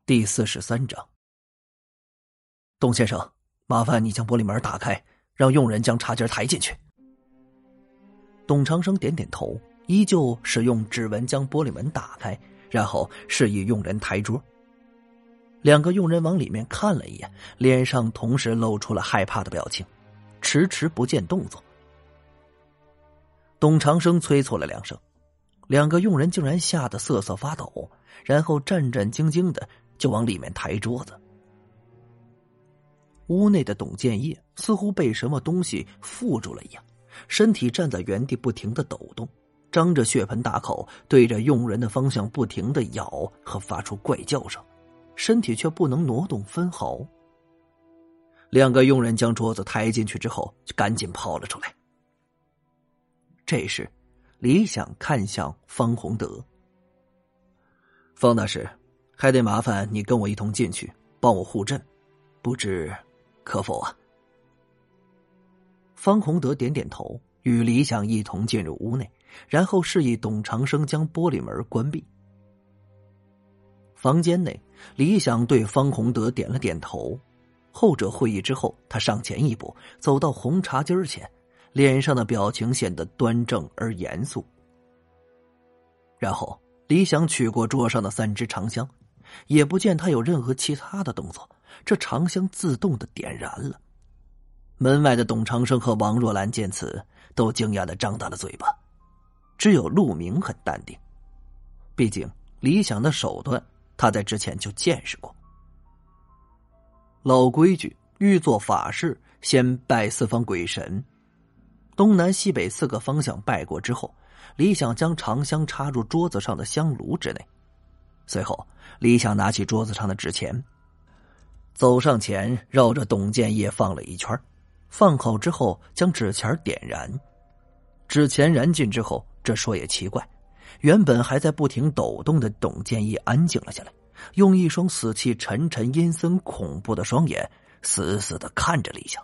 第43章。董先生，麻烦你将玻璃门打开，让佣人将茶几抬进去。董长生点点头，依旧使用指纹将玻璃门打开，然后示意佣人抬桌。两个佣人往里面看了一眼，脸上同时露出了害怕的表情，迟迟不见动作。董长生催促了2声，两个佣人竟然吓得瑟瑟发抖，然后战战兢兢的就往里面抬桌子。屋内的董建业似乎被什么东西缚住了一样，身体站在原地不停的抖动，张着血盆大口对着佣人的方向不停的咬和发出怪叫声，身体却不能挪动分毫。两个佣人将桌子抬进去之后就赶紧跑了出来。这时李想看向方洪德，方大师，还得麻烦你跟我一同进去帮我护阵，不知可否啊？方洪德点点头，与李想一同进入屋内，然后示意董长生将玻璃门关闭。房间内，李想对方洪德点了点头，后者会意之后，他上前一步，走到红茶几前，脸上的表情显得端正而严肃。然后李想取过桌上的3支长香，也不见他有任何其他的动作，这长香自动的点燃了。门外的董长生和王若兰见此，都惊讶的张大了嘴巴，只有陆明很淡定，毕竟李想的手段他在之前就见识过。老规矩，欲做法事先拜4方鬼神，东南西北4个方向拜过之后，李想将长香插入桌子上的香炉之内。随后李想拿起桌子上的纸钱，走上前绕着董建业放了一圈，放好之后将纸钱点燃。纸钱燃尽之后，这说也奇怪，原本还在不停抖动的董建业安静了下来，用一双死气沉沉阴森恐怖的双眼死死地看着李想。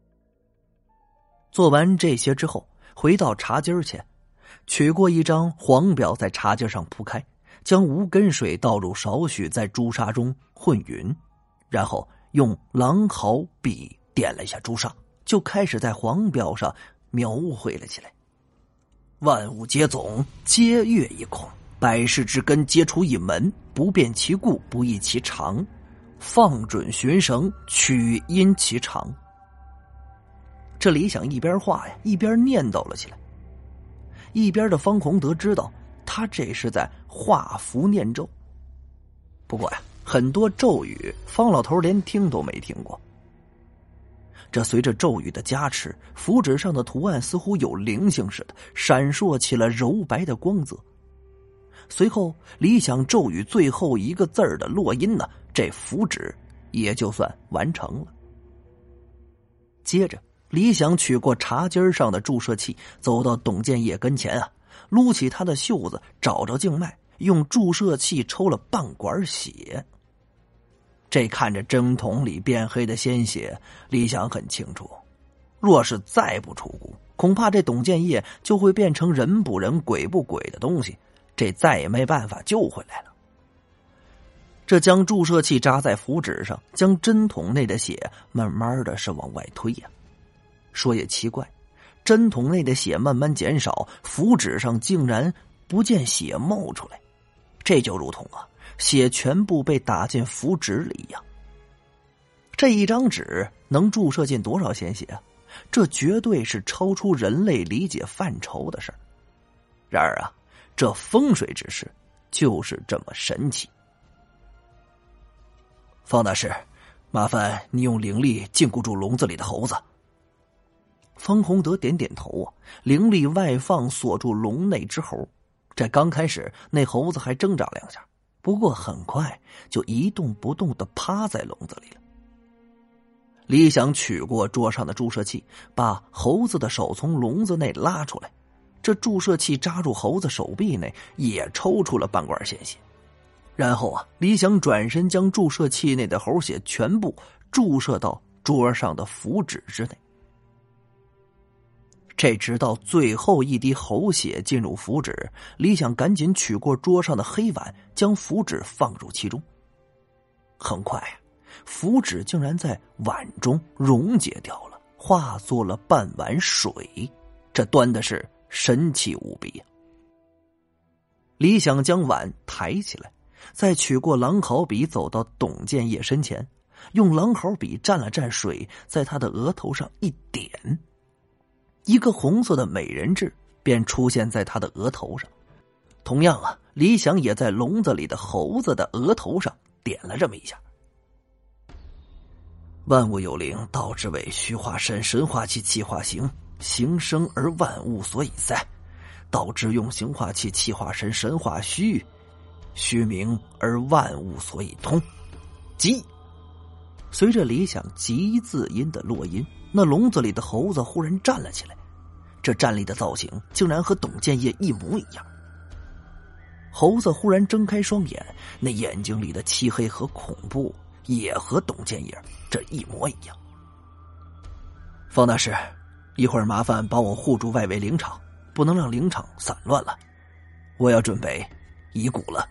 做完这些之后，回到茶几前，取过一张黄表在茶几上铺开，将无根水倒入少许在朱砂中混匀，然后用狼毫笔点了一下朱砂，就开始在黄表上描绘了起来。万物皆总，皆月一孔，百世之根，皆出一门，不变其故，不异其常，放准寻绳，取因其长。这李想一边画呀，一边念叨了起来。一边的方洪德知道他这是在画符念咒，不过呀，很多咒语方老头连听都没听过。这随着咒语的加持，符纸上的图案似乎有灵性似的，闪烁起了柔白的光泽。随后李想咒语最后一个字儿的落音呢，这符纸也就算完成了。接着李想取过茶几上的注射器，走到董建业跟前啊，撸起他的袖子，找着静脉，用注射器抽了半管血。这看着针筒里变黑的鲜血，李想很清楚，若是再不出谷，恐怕这董建业就会变成人不人鬼不鬼的东西，这再也没办法救回来了。这将注射器扎在符纸上，将针筒内的血慢慢的是往外推呀。说也奇怪，针筒内的血慢慢减少，符纸上竟然不见血冒出来，这就如同血全部被打进符纸里一样。这一张纸能注射进多少鲜血啊？这绝对是超出人类理解范畴的事儿。然而这风水之事就是这么神奇。方大师，麻烦你用灵力禁锢住笼子里的猴子。方洪德点点头灵力外放锁住笼内之猴。这刚开始那猴子还挣扎2下，不过很快就一动不动地趴在笼子里了。李想取过桌上的注射器，把猴子的手从笼子内拉出来，这注射器扎入猴子手臂内，也抽出了半管鲜血。然后李想转身将注射器内的猴血全部注射到桌上的符纸之内。这直到最后一滴猴血进入符纸，李想赶紧取过桌上的黑碗，将符纸放入其中。 很快符纸竟然在碗中溶解掉了，化作了半碗水，这端的是神奇无比。李想将碗抬起来，再取过狼毫笔，走到董建业身前，用狼毫笔蘸了蘸水，在他的额头上一点，一个红色的美人痣便出现在他的额头上。同样李想也在笼子里的猴子的额头上点了这么一下。万物有灵，道之谓虚化身，神化气，气化形，形生而万物所以在。道之用形化气，气化神，神化虚，虚名而万物所以通。急！随着李想急字音的落音，那笼子里的猴子忽然站了起来，这站立的造型竟然和董建业一模一样。猴子忽然睁开双眼，那眼睛里的漆黑和恐怖也和董建业这一模一样。方大师，一会儿麻烦帮我护住外围灵场，不能让灵场散乱了，我要准备移蛊了。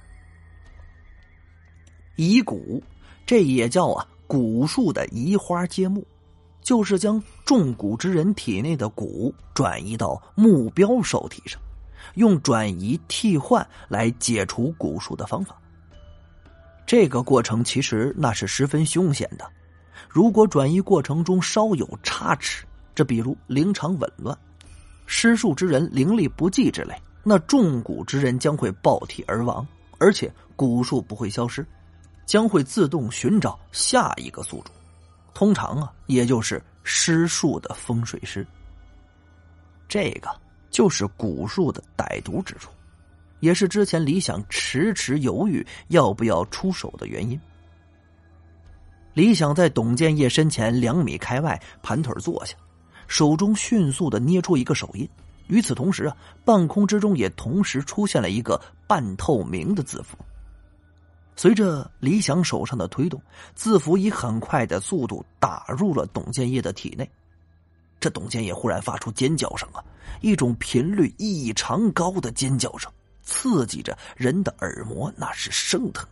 移蛊，这也叫蛊术的移花接木，就是将中蛊之人体内的蛊转移到目标受体上，用转移替换来解除蛊术的方法。这个过程其实那是十分凶险的，如果转移过程中稍有差池，这比如灵场紊乱，施术之人灵力不济之类，那中蛊之人将会爆体而亡，而且蛊术不会消失，将会自动寻找下一个宿主，通常也就是施术的风水师。这个就是蛊术的歹毒之处，也是之前李想迟迟犹豫要不要出手的原因。李想在董建业身前2米开外盘腿坐下，手中迅速地捏出一个手印，与此同时半空之中也同时出现了一个半透明的字符。随着李想手上的推动，字符以很快的速度打入了董建业的体内。这董建业忽然发出尖叫声一种频率异常高的尖叫声，刺激着人的耳膜，那是生疼。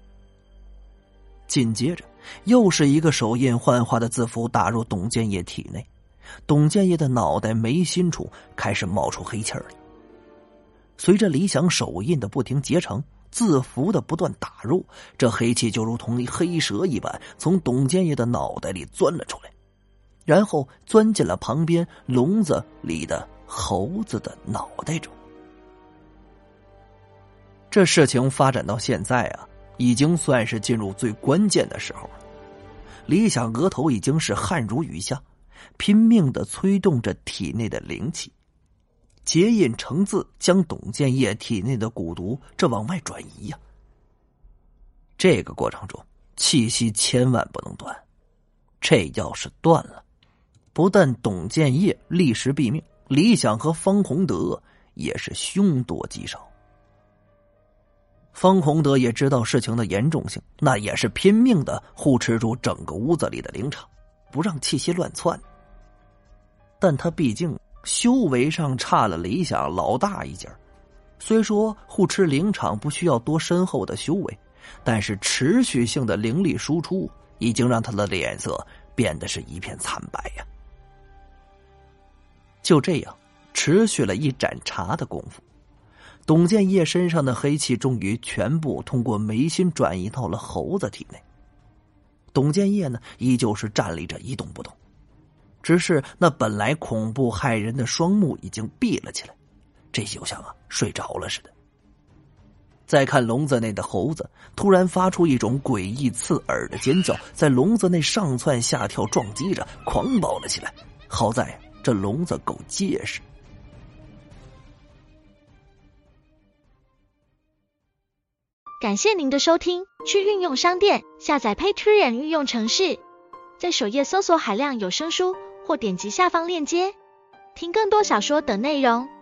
紧接着又是一个手印幻化的字符打入董建业体内，董建业的脑袋眉心处开始冒出黑气儿来。随着李想手印的不停结成，字符的不断打入，这黑气就如同黑蛇一般从董建业的脑袋里钻了出来，然后钻进了旁边笼子里的猴子的脑袋中。这事情发展到现在已经算是进入最关键的时候了。李想额头已经是汗如雨下，拼命地催动着体内的灵气，结印成字，将董建业体内的蛊毒这往外转移这个过程中气息千万不能断，这要是断了，不但董建业立时毙命，李想和方洪德也是凶多吉少。方洪德也知道事情的严重性，那也是拼命的护持住整个屋子里的灵场，不让气息乱窜。但他毕竟修为上差了李想老大一截，虽说护持灵场不需要多深厚的修为，但是持续性的灵力输出已经让他的脸色变得是一片惨白就这样持续了一盏茶的功夫，董建业身上的黑气终于全部通过眉心转移到了猴子体内。董建业呢，依旧是站立着一动不动，只是那本来恐怖骇人的双目已经闭了起来，这就像睡着了似的。再看笼子内的猴子，突然发出一种诡异刺耳的尖叫，在笼子内上窜下跳，撞击着狂暴了起来。好在这笼子够结实。 感谢您的收听，去运用商店下载 Patreon 运用程式，在首页搜索海量有声书，或点击下方链接听更多小说等内容。